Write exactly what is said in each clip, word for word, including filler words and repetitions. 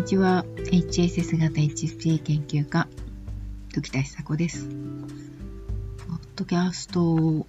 ちは。 エイチエスエス 型 エイチエスピー 研究家時田久子です。ポッドキャスト面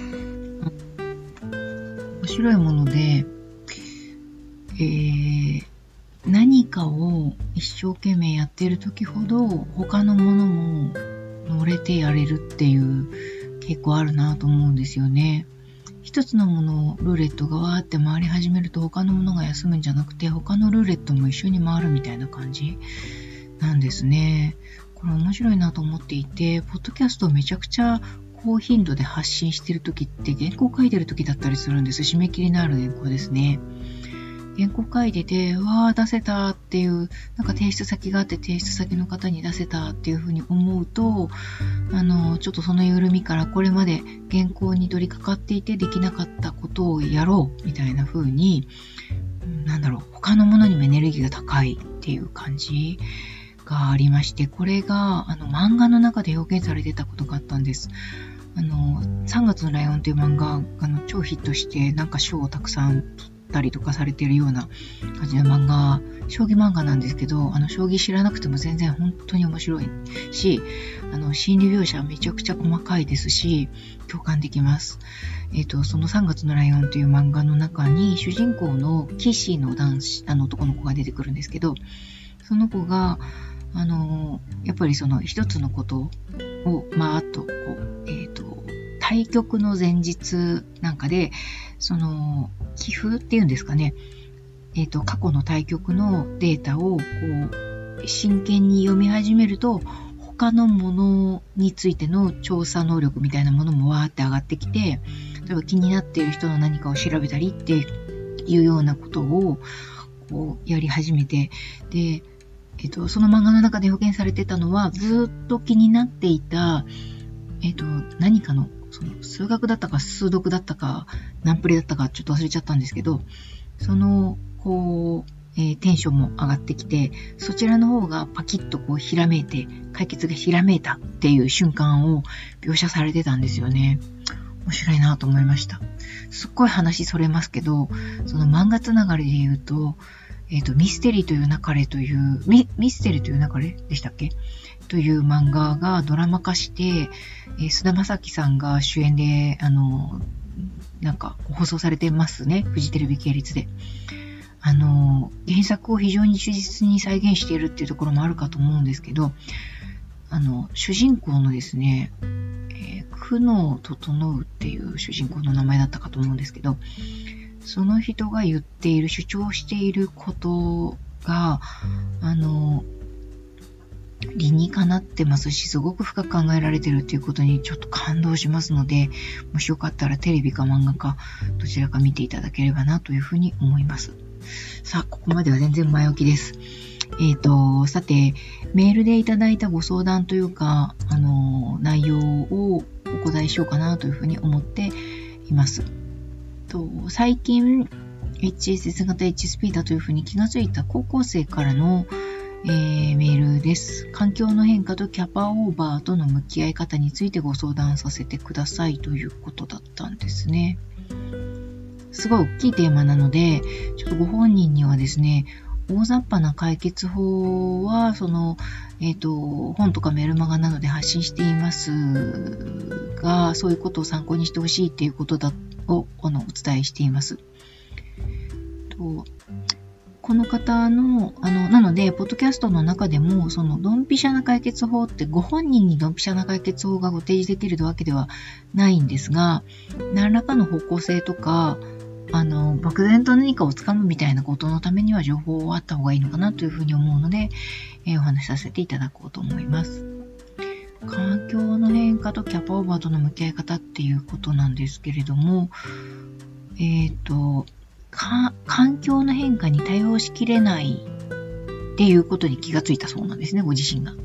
白いもので、えー、何かを一生懸命やっている時ほど他のものも乗れてやれるっていう結構あるなと思うんですよね。一つのものをルーレットがわーって回り始めると他のものが休むんじゃなくて他のルーレットも一緒に回るみたいな感じなんですね。これ面白いなと思っていて、ポッドキャストをめちゃくちゃ高頻度で発信している時って原稿書いてる時だったりするんです。締め切りのある原稿ですね。原稿書いてて、わー出せたっていう、なんか提出先があって提出先の方に出せたっていうふうに思うと、あの、ちょっとその緩みからこれまで原稿に取り掛かっていてできなかったことをやろうみたいな風に、なんだろう、他のものにもエネルギーが高いっていう感じがありまして、これがあの漫画の中で表現されてたことがあったんです。あの、さんがつのライオンという漫画、あの超ヒットして、なんか賞をたくさん取ったりとかされているような感じの漫画、将棋漫画なんですけど、あの将棋知らなくても全然本当に面白いし、あの心理描写はめちゃくちゃ細かいですし、共感できます。えっと、そのさんがつのライオンという漫画の中に主人公の騎士の男子、あの男の子が出てくるんですけど、その子があのやっぱりその一つのことをまああとこうえっと対局の前日なんかでその棋譜っていうんですかね、えっと過去の対局のデータをこう真剣に読み始めると他のものについての調査能力みたいなものもわーって上がってきて、例えば気になっている人の何かを調べたりっていうようなことをこうやり始めて、でえっと、その漫画の中で表現されてたのは、ずっと気になっていた、えっと、何かの、その数学だったか数読だったか、ナンプレだったかちょっと忘れちゃったんですけど、その、こう、えー、テンションも上がってきて、そちらの方がパキッとこうひらめいて、解決がひらめいたっていう瞬間を描写されてたんですよね。面白いなと思いました。すっごい話それますけど、その漫画つながりで言うと、えっと、ミステリーという流れという、ミ、ミステリーという流れでしたっけという漫画がドラマ化して、えー、菅田将暉さんが主演で、あの、なんか放送されてますね。フジテレビ系列で。あの、原作を非常に忠実に再現しているっていうところもあるかと思うんですけど、あの、主人公のですね、えー、久能整っていう主人公の名前だったかと思うんですけど、その人が言っている、主張していることが、あの、理にかなってますし、すごく深く考えられてるっていうことにちょっと感動しますので、もしよかったらテレビか漫画か、どちらか見ていただければなというふうに思います。さあ、ここまでは全然前置きです。えっと、さて、メールでいただいたご相談というか、あの、内容をお答えしようかなというふうに思っています。と最近 エイチエスエス 型 エイチエスピー だというふうに気がついた高校生からの、えー、メールです。環境の変化とキャパオーバーとの向き合い方についてご相談させてくださいということだったんですね。すごい大きいテーマなので、ちょっとご本人にはですね、大雑把な解決法はその、えっと、本とかメルマガなどで発信していますが、そういうことを参考にしてほしいっていうことだをあのお伝えしています。とこの方の、あの、なので、ポッドキャストの中でも、その、ドンピシャな解決法って、ご本人にドンピシャな解決法がご提示できるわけではないんですが、何らかの方向性とか、あの、漠然と何かをつかむみたいなことのためには情報はあった方がいいのかなというふうに思うので、えー、お話しさせていただこうと思います。環境の変化とキャパオーバーとの向き合い方っていうことなんですけれども、えっと、か環境の変化に対応しきれないっていうことに気がついたそうなんですね、ご自身が。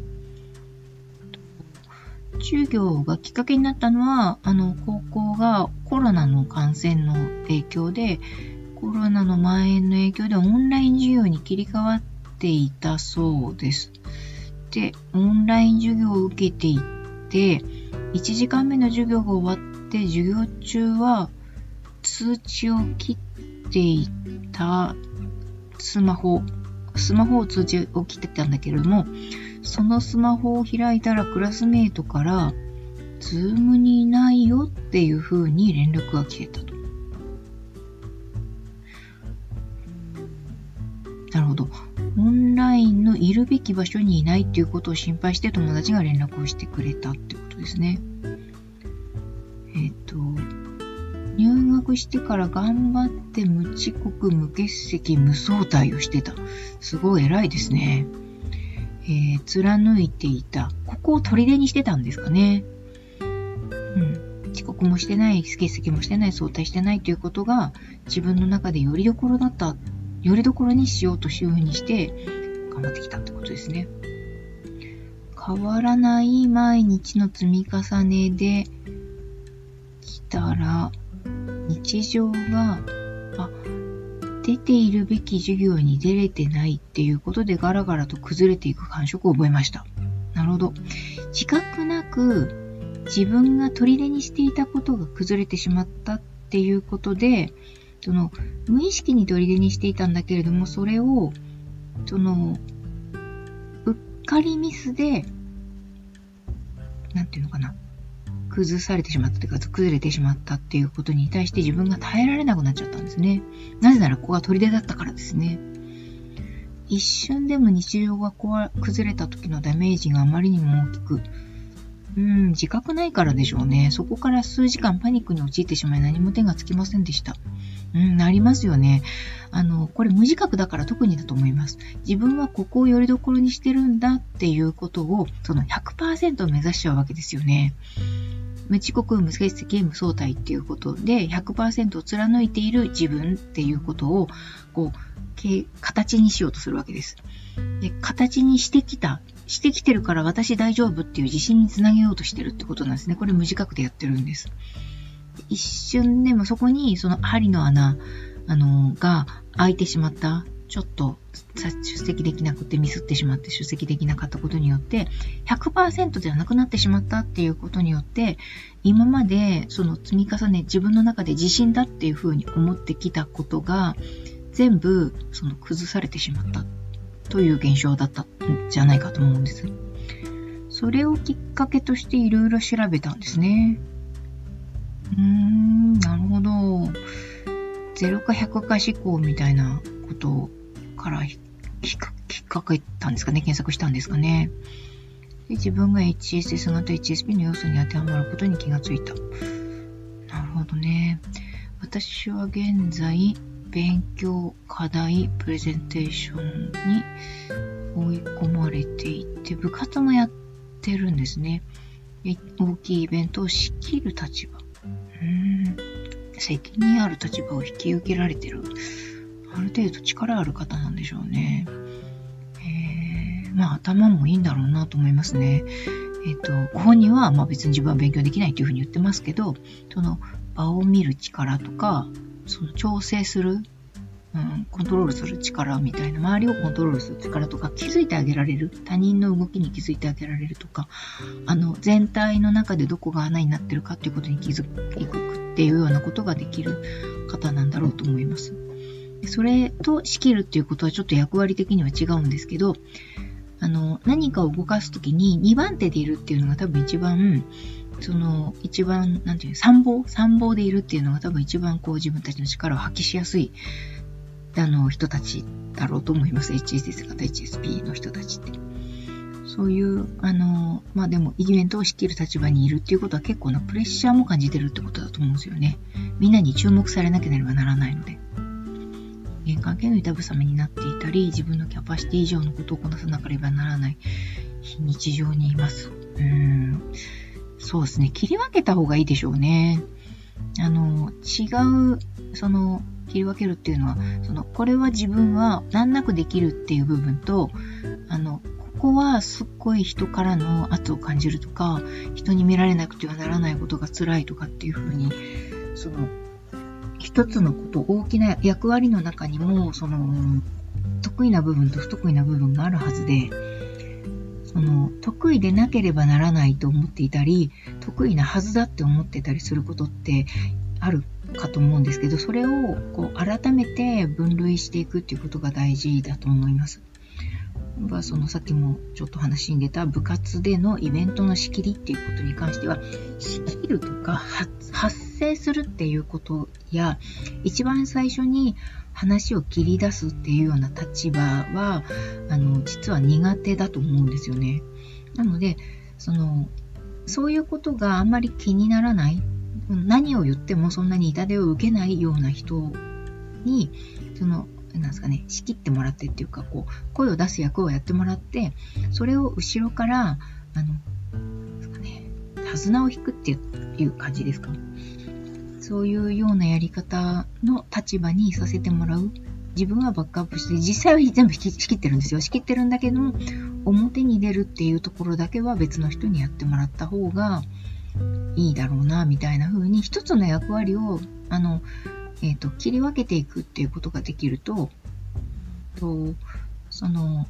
授業がきっかけになったのは、あの、高校がコロナの感染の影響で、コロナの蔓延の影響でオンライン授業に切り替わっていたそうです。で、オンライン授業を受けていって、いちじかんめの授業が終わって、授業中は通知を切っていたスマホ、 スマホを通知を切ってたんだけれども、そのスマホを開いたらクラスメイトから、ズームにいないよっていう風に連絡が来てたと。なるほど。オンラインのいるべき場所にいないっていうことを心配して友達が連絡をしてくれたってことですね。えっと、入学してから頑張って無遅刻、無欠席、無早退をしてた。すごい偉いですね。えー、貫いていた。ここを砦にしてたんですかね。うん。遅刻もしてない、欠席もしてない、早退してないということが自分の中でよりどころだった。よりどころにしようというふうにして頑張ってきたってことですね。変わらない毎日の積み重ねできたら、日常が、あ、出ているべき授業に出れてないっていうことでガラガラと崩れていく感触を覚えました。なるほど。自覚なく自分が砦にしていたことが崩れてしまったっていうことで、その無意識に砦にしていたんだけれども、それをそのうっかりミスでなんていうのかな、崩されてしまったというか崩れてしまったっていうことに対して自分が耐えられなくなっちゃったんですね。なぜならここが砦だったからですね。一瞬でも日常が崩れた時のダメージがあまりにも大きく、うーん、自覚ないからでしょうね。そこから数時間パニックに陥ってしまい何も手がつきませんでした。うん、なりますよね。あの、これ無自覚だから特にだと思います。自分はここをよりどころにしてるんだっていうことを、その ひゃくパーセント 目指しちゃうわけですよね。無遅刻、無欠席、無早退っていうことで ひゃくパーセント を貫いている自分っていうことを、こう、形にしようとするわけです。で、形にしてきた。してきてるから私大丈夫っていう自信につなげようとしてるってことなんですね。これ無自覚でやってるんです。一瞬でもそこにその針の穴、あの、が開いてしまった。ちょっと出席できなくてミスってしまって出席できなかったことによって ひゃくパーセント ではなくなってしまったっていうことによって、今までその積み重ね、自分の中で自信だっていうふうに思ってきたことが全部その崩されてしまったという現象だったんじゃないかと思うんです。それをきっかけとしていろいろ調べたんですね。うーん、なるほど。ゼロかひゃくか思考みたいなことからきっかけたんですかね。検索したんですかね。で、自分が エイチエスエス 型 エイチエスピー の要素に当てはまることに気がついた。なるほどね。私は現在、勉強、課題、プレゼンテーションに追い込まれていて、部活もやってるんですね。大きいイベントを仕切る立場。うーん、責任ある立場を引き受けられてる。ある程度力ある方なんでしょうね。えー、まあ頭もいいんだろうなと思いますね。えっと、ご本人はまあ別に自分は勉強できないというふうに言ってますけど、その場を見る力とか、その調整する、うん、コントロールする力みたいな、周りをコントロールする力とか、気づいてあげられる、他人の動きに気づいてあげられるとか、あの、全体の中でどこが穴になってるかっていうことに気づくっていうようなことができる方なんだろうと思います。それと仕切るっていうことはちょっと役割的には違うんですけど、あの、何かを動かすときににばん手でいるっていうのが多分一番、その、一番、なんていうの、参謀参謀でいるっていうのが多分一番こう自分たちの力を発揮しやすい、あの、人たちだろうと思います。エイチエスエス 型 エイチエスピー の人たちって。そういう、あの、まあでも、イベントを仕切る立場にいるっていうことは結構なプレッシャーも感じてるってことだと思うんですよね。みんなに注目されなければならないので。人間関係の板挟みになっていたり、自分のキャパシティ以上のことをこなさなければならない非日常にいます。うーん。そうですね。切り分けた方がいいでしょうね。あの、違う、その、切り分けるっていうのは、その、これは自分は難なくできるっていう部分と、あの、ここはすっごい人からの圧を感じるとか、人に見られなくてはならないことが辛いとかっていうふうに、その、一つのこと、大きな役割の中にも、その、得意な部分と不得意な部分があるはずで、その、得意でなければならないと思っていたり、得意なはずだって思ってたりすることってあるかと思うんですけど、それをこう改めて分類していくっていうことが大事だと思います。はそのさっきもちょっと話に出た部活でのイベントの仕切りっていうことに関しては、仕切るとか発生するっていうことや、一番最初に話を切り出すっていうような立場はあの実は苦手だと思うんですよね。なのでそのそういうことがあんまり気にならない、何を言ってもそんなに痛手を受けないような人にそのなんですかね、仕切ってもらってっていうか、こう声を出す役をやってもらって、それを後ろからあのですかね、手綱を引くっていう感じですか。そういうようなやり方の立場にさせてもらう。自分はバックアップして、実際は全部仕切ってるんですよ。仕切ってるんだけども、表に出るっていうところだけは別の人にやってもらった方がいいだろうな、みたいな風に、一つの役割をあのえーと、切り分けていくっていうことができると、とその、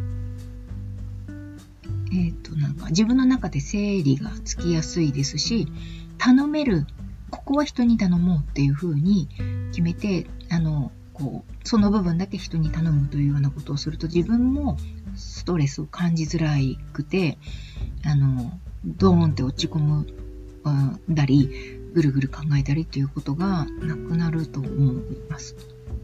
えーと、なんか自分の中で整理がつきやすいですし、頼める、ここは人に頼もうっていうふうに決めて、あの、こう、その部分だけ人に頼むというようなことをすると、自分もストレスを感じづらくて、あの、ドーンって落ち込む、だり、ぐるぐる考えたりということがなくなると思います。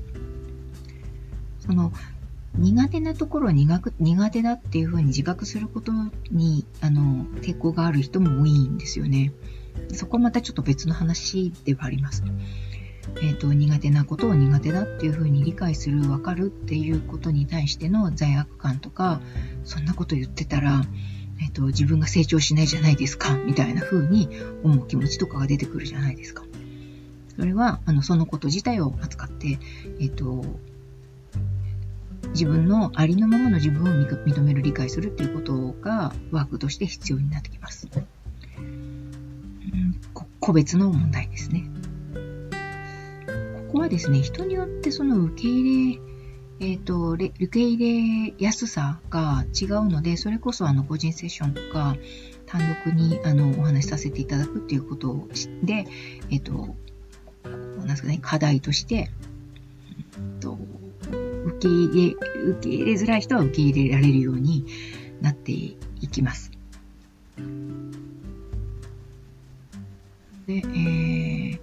その苦手なところを苦く苦手だっていうふうに自覚することにあの抵抗がある人も多いんですよね。そこはまたちょっと別の話ではあります。えーと、苦手なことを苦手だっていうふうに理解する、分かるっていうことに対しての罪悪感とか、そんなこと言ってたらえっと、自分が成長しないじゃないですかみたいな風に思う気持ちとかが出てくるじゃないですか。それはあのそのこと自体を扱って、えっと、自分のありのままの自分を認める、理解するっていうことがワークとして必要になってきます。うん、個別の問題ですね。ここはですね、人によってその受け入れえっと、受け入れやすさが違うので、それこそあの個人セッションとか単独にあのお話しさせていただくっていうことで、えっと、なんですかね、課題として、えっと、受け入れ、受け入れづらい人は受け入れられるようになっていきます。で、えー、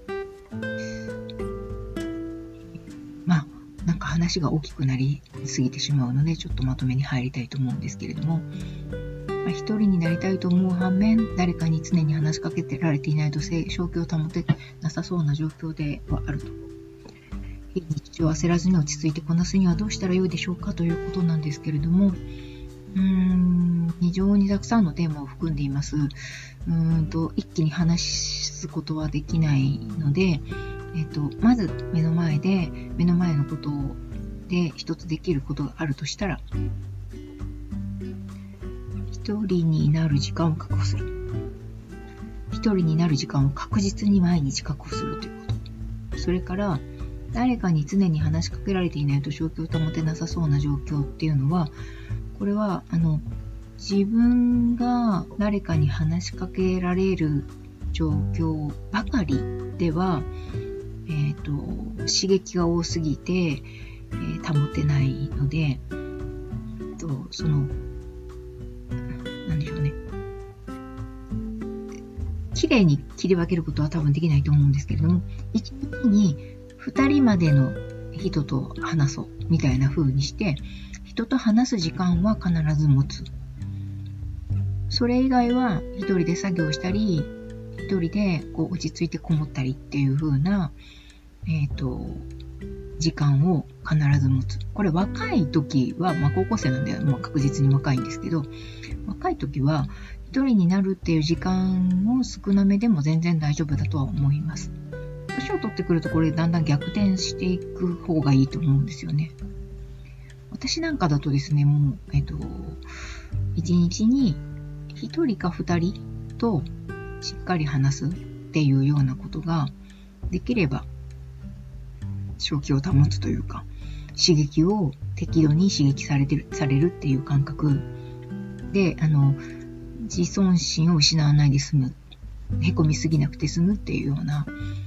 まあ、なんか話が大きくなりすぎてしまうので、ちょっとまとめに入りたいと思うんですけれども、まあ、一人になりたいと思う反面、誰かに常に話しかけてられていないと正気を保てなさそうな状況ではあると。日常を焦らずに落ち着いてこなすにはどうしたらよいでしょうかということなんですけれども、うーん、非常にたくさんのテーマを含んでいます。うーんと一気に話すことはできないので、えっと、まず目の前で、目の前のことで一つできることがあるとしたら、一人になる時間を確保する。一人になる時間を確実に毎日確保するということ。それから、誰かに常に話しかけられていないと正気を保てなさそうな状況っていうのは、これは、あの、自分が誰かに話しかけられる状況ばかりでは、えっと、刺激が多すぎて、えー、保てないので、えっと、その、なんでしょうね。綺麗に切り分けることは多分できないと思うんですけれども、一日に二人までの人と話そうみたいな風にして、人と話す時間は必ず持つ。それ以外は一人で作業したり、一人でこう落ち着いてこもったりっていう風な、えっと、時間を必ず持つ。これ若い時は、まあ高校生なんで、まあ、確実に若いんですけど、若い時は一人になるっていう時間を少なめでも全然大丈夫だとは思います。年を取ってくるとこれだんだん逆転していく方がいいと思うんですよね。私なんかだとですね、もう、えっと、一日に一人か二人としっかり話すっていうようなことができれば、正気を保つというか、刺激を適度に刺激されてる、されるっていう感覚で、あの、自尊心を失わないで済む、へこみすぎなくて済むっていうような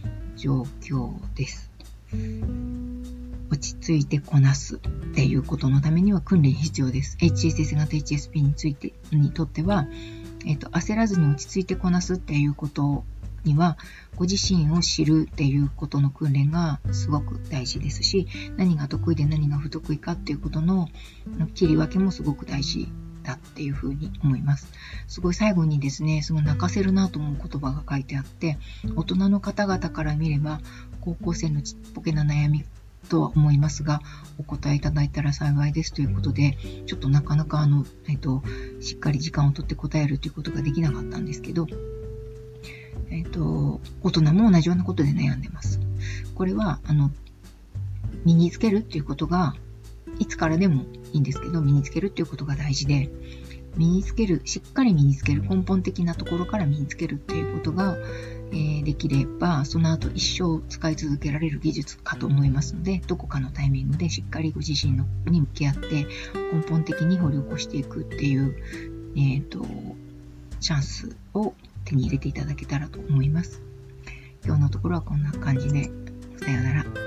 状況です。落ち着いてこなすっていうことのためには訓練必要です。エイチエスエス 型 エイチエスピー について、にとっては、えっと、焦らずに落ち着いてこなすっていうことには、ご自身を知るっていうことの訓練がすごく大事ですし、何が得意で何が不得意かっていうことの切り分けもすごく大事だっていうふうに思います。すごい最後にですね、すごい泣かせるなと思う言葉が書いてあって、大人の方々から見れば、高校生のちっぽけな悩みとは思いますが、お答えいただいたら幸いですということで、ちょっとなかなかあの、えっと、しっかり時間をとって答えるということができなかったんですけど、えっと、大人も同じようなことで悩んでます。これは、あの、身につけるっていうことが、いつからでもいいんですけど、身につけるっていうことが大事で、身につける、しっかり身につける、根本的なところから身につけるっていうことが、えー、できれば、その後一生使い続けられる技術かと思いますので、どこかのタイミングでしっかりご自身のに向き合って、根本的に掘り起こしていくっていう、えっと、チャンスを手に入れていただけたらと思います。今日のところはこんな感じで、さようなら。